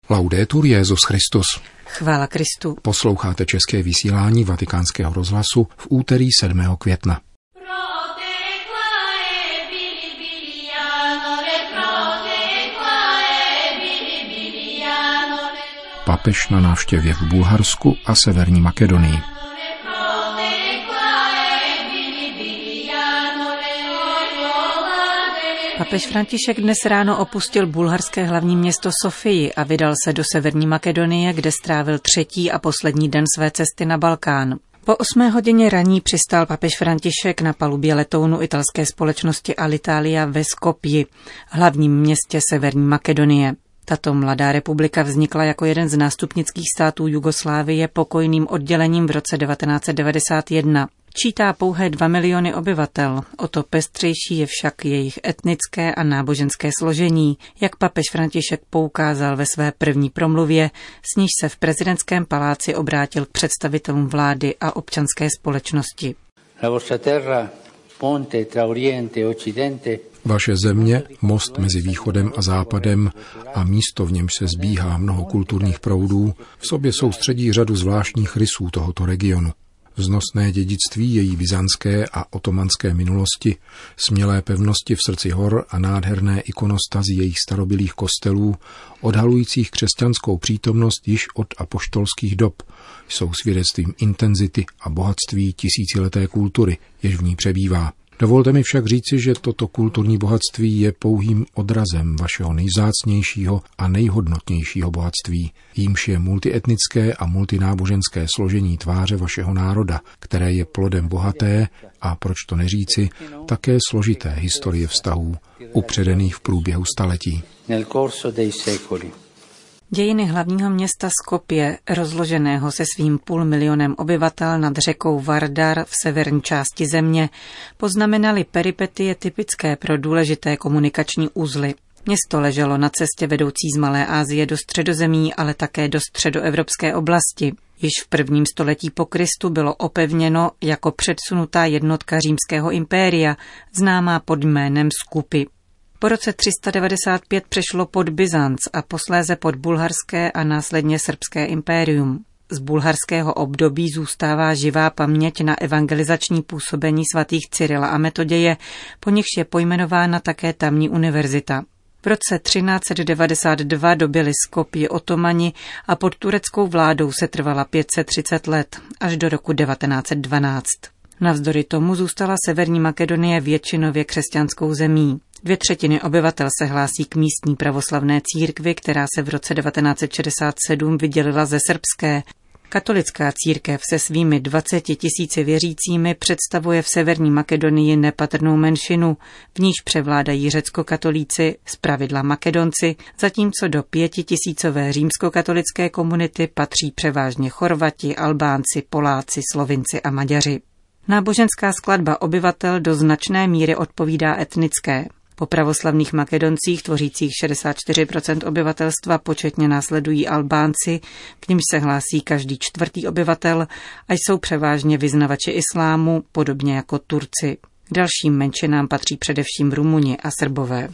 Laudetur Jesus Christus. Chvála Kristu. Posloucháte české vysílání Vatikánského rozhlasu v úterý 7. května. Papež na návštěvě v Bulharsku a Severní Makedonii. Papež František dnes ráno opustil bulharské hlavní město Sofii a vydal se do Severní Makedonie, kde strávil třetí a poslední den své cesty na Balkán. Po 8 hodině raní přistál papež František na palubě letounu italské společnosti Alitalia ve Skopji, hlavním městě Severní Makedonie. Tato mladá republika vznikla jako jeden z nástupnických států Jugoslávie pokojným oddělením v roce 1991. Čítá pouhé 2 miliony obyvatel, o to pestřejší je však jejich etnické a náboženské složení, jak papež František poukázal ve své první promluvě, s níž se v prezidentském paláci obrátil k představitelům vlády a občanské společnosti. Vaše země, most mezi východem a západem a místo, v němž se zbíhá mnoho kulturních proudů, v sobě soustředí řadu zvláštních rysů tohoto regionu. Vznosné dědictví její byzantské a otomanské minulosti, smělé pevnosti v srdci hor a nádherné ikonostazy jejich starobylých kostelů, odhalujících křesťanskou přítomnost již od apoštolských dob, jsou svědectvím intenzity a bohatství tisícileté kultury, jež v ní přebývá. Dovolte mi však říci, že toto kulturní bohatství je pouhým odrazem vašeho nejvzácnějšího a nejhodnotnějšího bohatství, jímž je multietnické a multináboženské složení tváře vašeho národa, které je plodem bohaté a, proč to neříci, také složité historie vztahů, upředených v průběhu staletí. Dějiny hlavního města Skopje, rozloženého se svým 500 000 obyvatel nad řekou Vardar v severní části země, poznamenaly peripetie typické pro důležité komunikační uzly. Město leželo na cestě vedoucí z Malé Asie do Středozemí, ale také do středoevropské oblasti. Již v 1. století po Kristu bylo opevněno jako předsunutá jednotka římského impéria, známá pod jménem Skupy. Po roce 395 přešlo pod Byzanc a posléze pod bulharské a následně srbské impérium. Z bulharského období zůstává živá paměť na evangelizační působení svatých Cyrila a Metoděje, po nichž je pojmenována také tamní univerzita. V roce 1392 dobyli Skopje Otomani a pod tureckou vládou se trvala 530 let, až do roku 1912. Navzdory tomu zůstala Severní Makedonie většinově křesťanskou zemí. 2/3 obyvatel se hlásí k místní pravoslavné církvi, která se v roce 1967 vydělila ze srbské. Katolická církev se svými 20 000 věřícími představuje v Severní Makedonii nepatrnou menšinu, v níž převládají řeckokatolíci, zpravidla Makedonci, zatímco do 5000 římskokatolické komunity patří převážně Chorvati, Albánci, Poláci, Slovinci a Maďaři. Náboženská skladba obyvatel do značné míry odpovídá etnické. Po pravoslavných Makedoncích, tvořících 64% obyvatelstva, početně následují Albánci, k nimž se hlásí každý 4. obyvatel a jsou převážně vyznavači islámu, podobně jako Turci. K dalším menšinám patří především Rumuni a Srbové.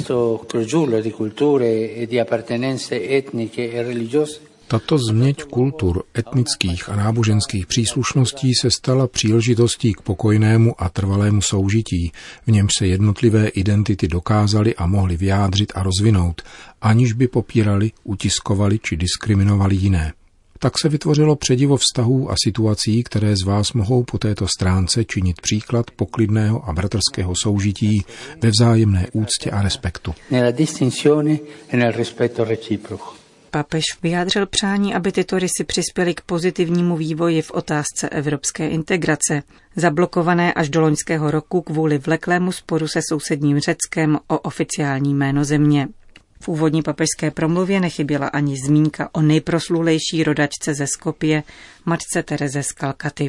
Tato změť kultur, etnických a náboženských příslušností se stala příležitostí k pokojnému a trvalému soužití, v němž se jednotlivé identity dokázaly a mohly vyjádřit a rozvinout, aniž by popírali, utiskovali či diskriminovali jiné. Tak se vytvořilo předivo vztahů a situací, které z vás mohou po této stránce činit příklad poklidného a bratrského soužití ve vzájemné úctě a respektu. Papež vyjádřil přání, aby tyto rysy přispěly k pozitivnímu vývoji v otázce evropské integrace, zablokované až do loňského roku kvůli vleklému sporu se sousedním Řeckem o oficiální jméno země. V úvodní papežské promluvě nechyběla ani zmínka o nejproslulejší rodačce ze Skopje, matce Tereze z Kalkaty.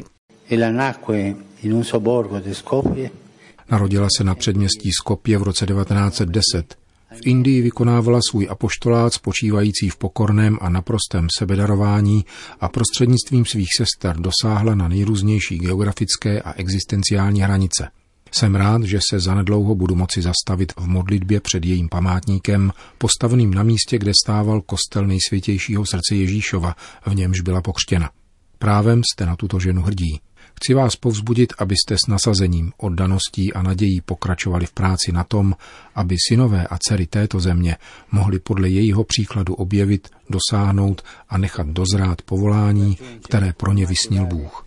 Narodila se na předměstí Skopje v roce 1910. V Indii vykonávala svůj apoštolát spočívající v pokorném a naprostém sebedarování a prostřednictvím svých sester dosáhla na nejrůznější geografické a existenciální hranice. Jsem rád, že se zanedlouho budu moci zastavit v modlitbě před jejím památníkem, postaveným na místě, kde stával kostel Nejsvětějšího srdce Ježíšova, v němž byla pokřtěna. Právem jste na tuto ženu hrdí. Chci vás povzbudit, abyste s nasazením, oddaností a nadějí pokračovali v práci na tom, aby synové a dcery této země mohli podle jejího příkladu objevit, dosáhnout a nechat dozrát povolání, které pro ně vysnil Bůh.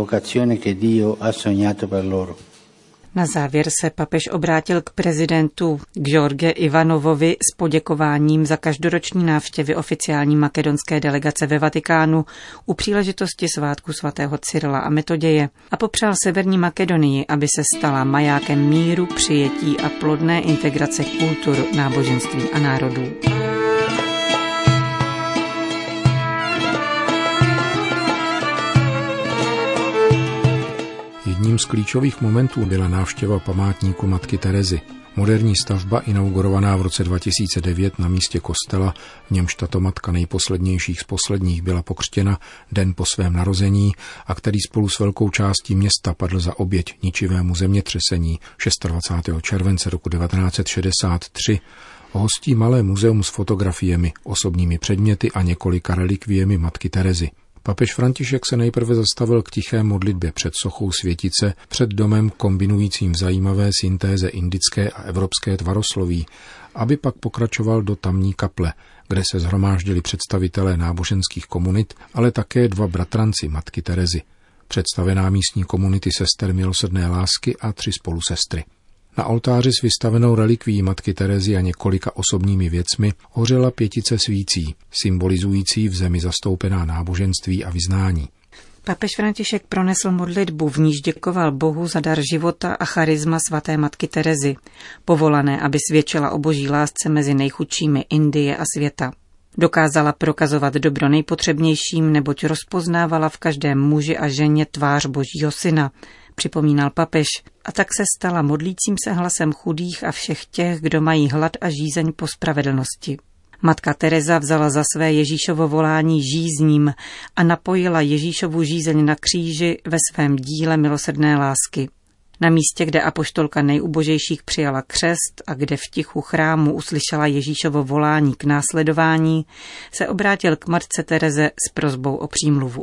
Na závěr se papež obrátil k prezidentu George Ivanovovi s poděkováním za každoroční návštěvy oficiální makedonské delegace ve Vatikánu u příležitosti svátku svatého Cyrila a Metoděje a popřál Severní Makedonii, aby se stala majákem míru, přijetí a plodné integrace kultur, náboženství a národů. Jedním z klíčových momentů byla návštěva památníku matky Terezy. Moderní stavba, inaugurovaná v roce 2009 na místě kostela, v němž tato matka nejposlednějších z posledních byla pokřtěna den po svém narození a který spolu s velkou částí města padl za oběť ničivému zemětřesení 26. července roku 1963, hostí malé muzeum s fotografiemi, osobními předměty a několika relikviemi matky Terezy. Papež František se nejprve zastavil k tiché modlitbě před sochou světice, před domem kombinujícím zajímavé syntéze indické a evropské tvarosloví, aby pak pokračoval do tamní kaple, kde se shromáždili představitelé náboženských komunit, ale také dva bratranci matky Terezy, představená místní komunity sester milosrdné lásky a 3 spolusestry. Na oltáři s vystavenou relikví matky Terezy a několika osobními věcmi hořela 5 svící, symbolizující v zemi zastoupená náboženství a vyznání. Papež František pronesl modlitbu, v níž děkoval Bohu za dar života a charisma svaté matky Terezy, povolané, aby svědčila o boží lásce mezi nejchudšími Indie a světa. Dokázala prokazovat dobro nejpotřebnějším, neboť rozpoznávala v každém muži a ženě tvář Božího syna, připomínal papež, a tak se stala modlícím se hlasem chudých a všech těch, kdo mají hlad a žízeň po spravedlnosti. Matka Tereza vzala za své Ježíšovo volání žízním a napojila Ježíšovu žízeň na kříži ve svém díle milosrdné lásky. Na místě, kde apoštolka nejubožejších přijala křest a kde v tichu chrámu uslyšela Ježíšovo volání k následování, se obrátil k matce Tereze s prosbou o přímluvu.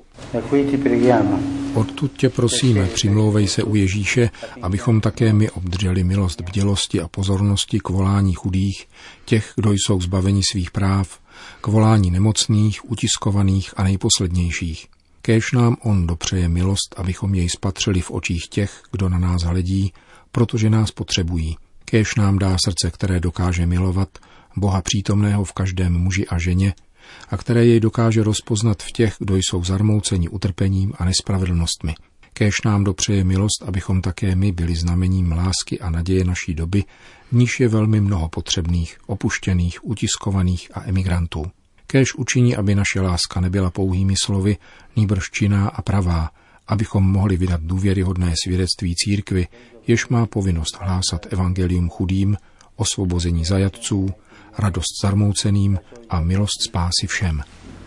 Odtud tě prosíme, přimlouvej se u Ježíše, abychom také my obdrželi milost bdělosti a pozornosti k volání chudých, těch, kdo jsou zbaveni svých práv, k volání nemocných, utiskovaných a nejposlednějších. Kéž nám on dopřeje milost, abychom jej spatřili v očích těch, kdo na nás hledí, protože nás potřebují. Kéž nám dá srdce, které dokáže milovat, Boha přítomného v každém muži a ženě, a které jej dokáže rozpoznat v těch, kdo jsou zarmouceni utrpením a nespravedlnostmi. Kéž nám dopřeje milost, abychom také my byli znamením lásky a naděje naší doby, v níž je velmi mnoho potřebných, opuštěných, utiskovaných a emigrantů. Kéž učiní, aby naše láska nebyla pouhými slovy, nýbrž činná a pravá, abychom mohli vydat důvěryhodné svědectví církvi, jež má povinnost hlásat evangelium chudým, osvobození zajatců, radost zarmouceným a milost spásy všem.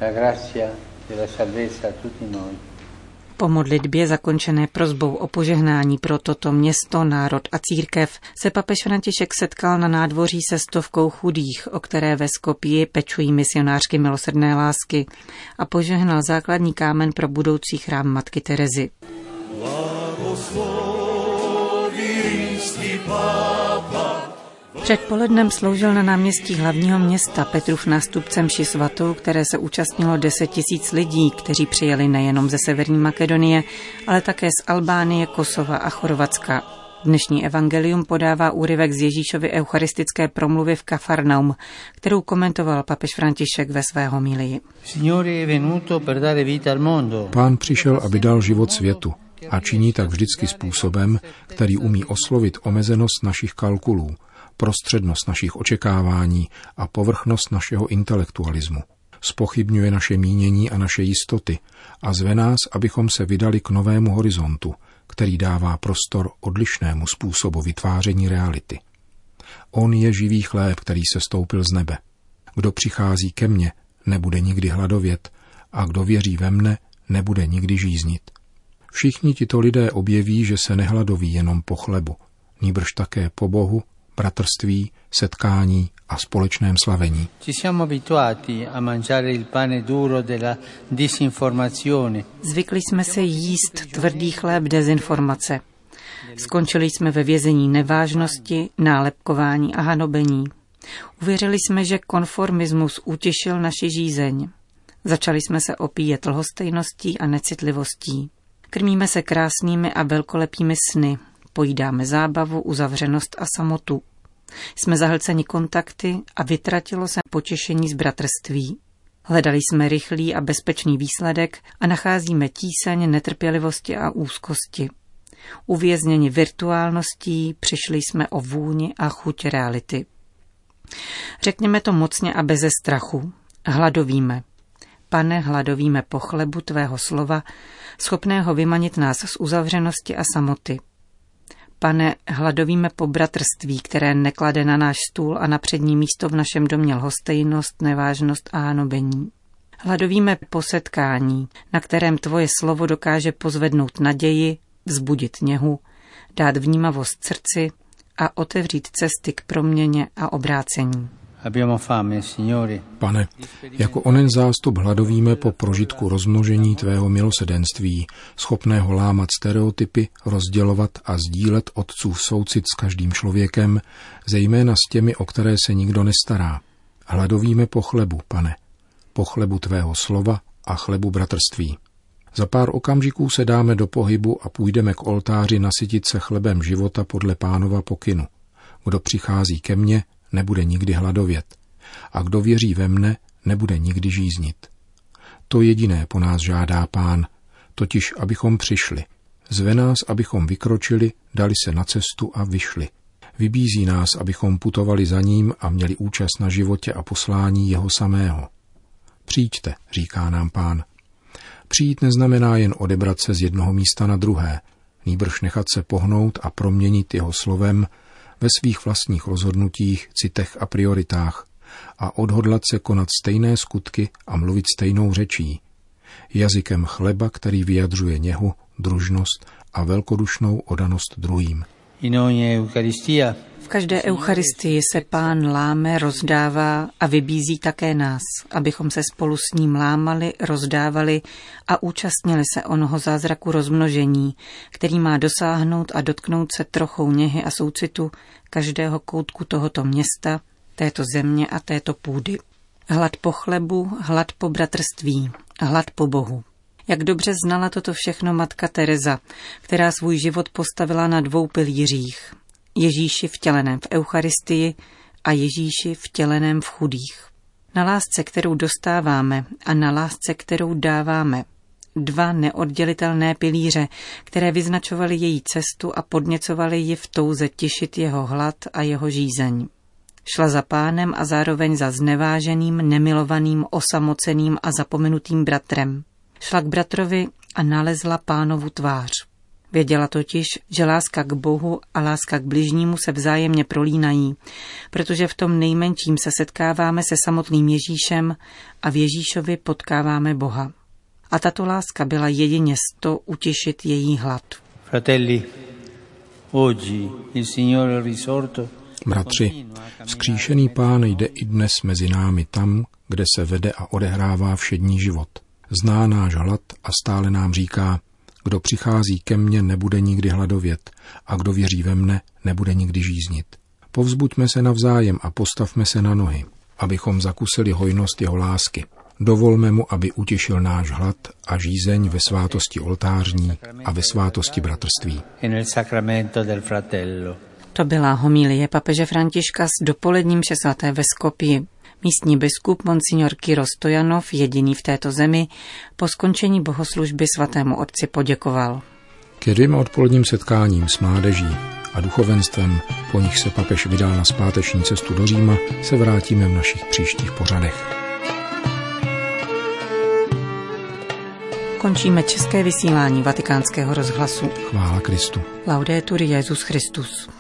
Po modlitbě zakončené prosbou o požehnání pro toto město, národ a církev se papež František setkal na nádvoří se 100 chudých, o které ve Skopji pečují misionářky milosrdné lásky, a požehnal základní kámen pro budoucí chrám matky Terezy. Před polednem sloužil na náměstí hlavního města Petrův nástupce mši svatou, které se účastnilo 10 000 lidí, kteří přijeli nejenom ze Severní Makedonie, ale také z Albánie, Kosova a Chorvatska. Dnešní evangelium podává úryvek z Ježíšovy eucharistické promluvy v Kafarnaum, kterou komentoval papež František ve své homilii. Pán přišel, aby dal život světu, a činí tak vždycky způsobem, který umí oslovit omezenost našich kalkulů, prostřednost našich očekávání a povrchnost našeho intelektualismu. Zpochybňuje naše mínění a naše jistoty a zve nás, abychom se vydali k novému horizontu, který dává prostor odlišnému způsobu vytváření reality. On je živý chléb, který se stoupil z nebe. Kdo přichází ke mně, nebude nikdy hladovět, a kdo věří ve mne, nebude nikdy žíznit. Všichni tito lidé objeví, že se nehladoví jenom po chlebu, nýbrž také po Bohu, bratrství, setkání a společném slavení. Zvykli jsme se jíst tvrdý chléb dezinformace. Skončili jsme ve vězení nevážnosti, nálepkování a hanobení. Uvěřili jsme, že konformismus utěšil naši žízeň. Začali jsme se opíjet lhostejností a necitlivostí. Krmíme se krásnými a velkolepými sny, pojídáme zábavu, uzavřenost a samotu. Jsme zahlceni kontakty a vytratilo se potěšení z bratrství. Hledali jsme rychlý a bezpečný výsledek a nacházíme tíseň netrpělivosti a úzkosti. Uvězněni virtuálností přišli jsme o vůni a chuť reality. Řekněme to mocně a beze strachu. Hladovíme. Pane, hladovíme po chlebu tvého slova, schopného vymanit nás z uzavřenosti a samoty. Pane, hladovíme po bratrství, které neklade na náš stůl a na přední místo v našem domě lhostejnost, nevážnost a hanobení. Hladovíme po setkání, na kterém tvoje slovo dokáže pozvednout naději, vzbudit něhu, dát vnímavost srdci a otevřít cesty k proměně a obrácení. Pane, jako onen zástup hladovíme po prožitku rozmnožení tvého milosedenství, schopného lámat stereotypy, rozdělovat a sdílet otcův soucit s každým člověkem, zejména s těmi, o které se nikdo nestará. Hladovíme po chlebu, Pane, po chlebu tvého slova a chlebu bratrství. Za pár okamžiků se dáme do pohybu a půjdeme k oltáři nasytit se chlebem života podle Pánova pokynu. Kdo přichází ke mně, nebude nikdy hladovět. A kdo věří ve mne, nebude nikdy žíznit. To jediné po nás žádá Pán, totiž abychom přišli. Zve nás, abychom vykročili, dali se na cestu a vyšli. Vybízí nás, abychom putovali za ním a měli účast na životě a poslání jeho samého. Přijďte, říká nám Pán. Přijít neznamená jen odebrat se z jednoho místa na druhé, nýbrž nechat se pohnout a proměnit jeho slovem ve svých vlastních rozhodnutích, citech a prioritách a odhodlat se konat stejné skutky a mluvit stejnou řečí. Jazykem chleba, který vyjadřuje něhu, družnost a velkodušnou odanost druhým. V každé eucharistii se Pán láme, rozdává a vybízí také nás, abychom se spolu s ním lámali, rozdávali a účastnili se onoho zázraku rozmnožení, který má dosáhnout a dotknout se trochou něhy a soucitu každého koutku tohoto města, této země a této půdy. Hlad po chlebu, hlad po bratrství, hlad po Bohu. Jak dobře znala toto všechno matka Teresa, která svůj život postavila na 2 pilířích. Ježíši vtěleném v Eucharistii a Ježíši vtěleném v chudých. Na lásce, kterou dostáváme a na lásce, kterou dáváme. 2 neoddělitelné pilíře, které vyznačovaly její cestu a podněcovaly ji v touze těšit jeho hlad a jeho žízeň. Šla za Pánem a zároveň za zneváženým, nemilovaným, osamoceným a zapomenutým bratrem. Šla k bratrovi a nalezla Pánovu tvář. Věděla totiž, že láska k Bohu a láska k bližnímu se vzájemně prolínají, protože v tom nejmenším se setkáváme se samotným Ježíšem a v Ježíšovi potkáváme Boha. A tato láska byla jedině s to utěšit její hlad. Fratelli, oggi il Signore risorto. Bratři, vzkříšený Pán jde i dnes mezi námi tam, kde se vede a odehrává všední život. Zná náš hlad a stále nám říká: kdo přichází ke mně, nebude nikdy hladovět, a kdo věří ve mne, nebude nikdy žíznit. Povzbuďme se navzájem a postavme se na nohy, abychom zakusili hojnost jeho lásky. Dovolme mu, aby utěšil náš hlad a žízeň ve svátosti oltářní a ve svátosti bratrství. To byla homilie papeže Františka s dopoledním mše svaté ve Skopji. Místní biskup Monsignor Kyro Stojanov, jediný v této zemi, po skončení bohoslužby svatému otci poděkoval. Ke 2 odpoledním setkáním s mládeží a duchovenstvem, po nich se papež vydal na zpáteční cestu do Říma, se vrátíme v našich příštích pořadech. Končíme české vysílání Vatikánského rozhlasu. Chvála Kristu. Laudetur Jesus Christus.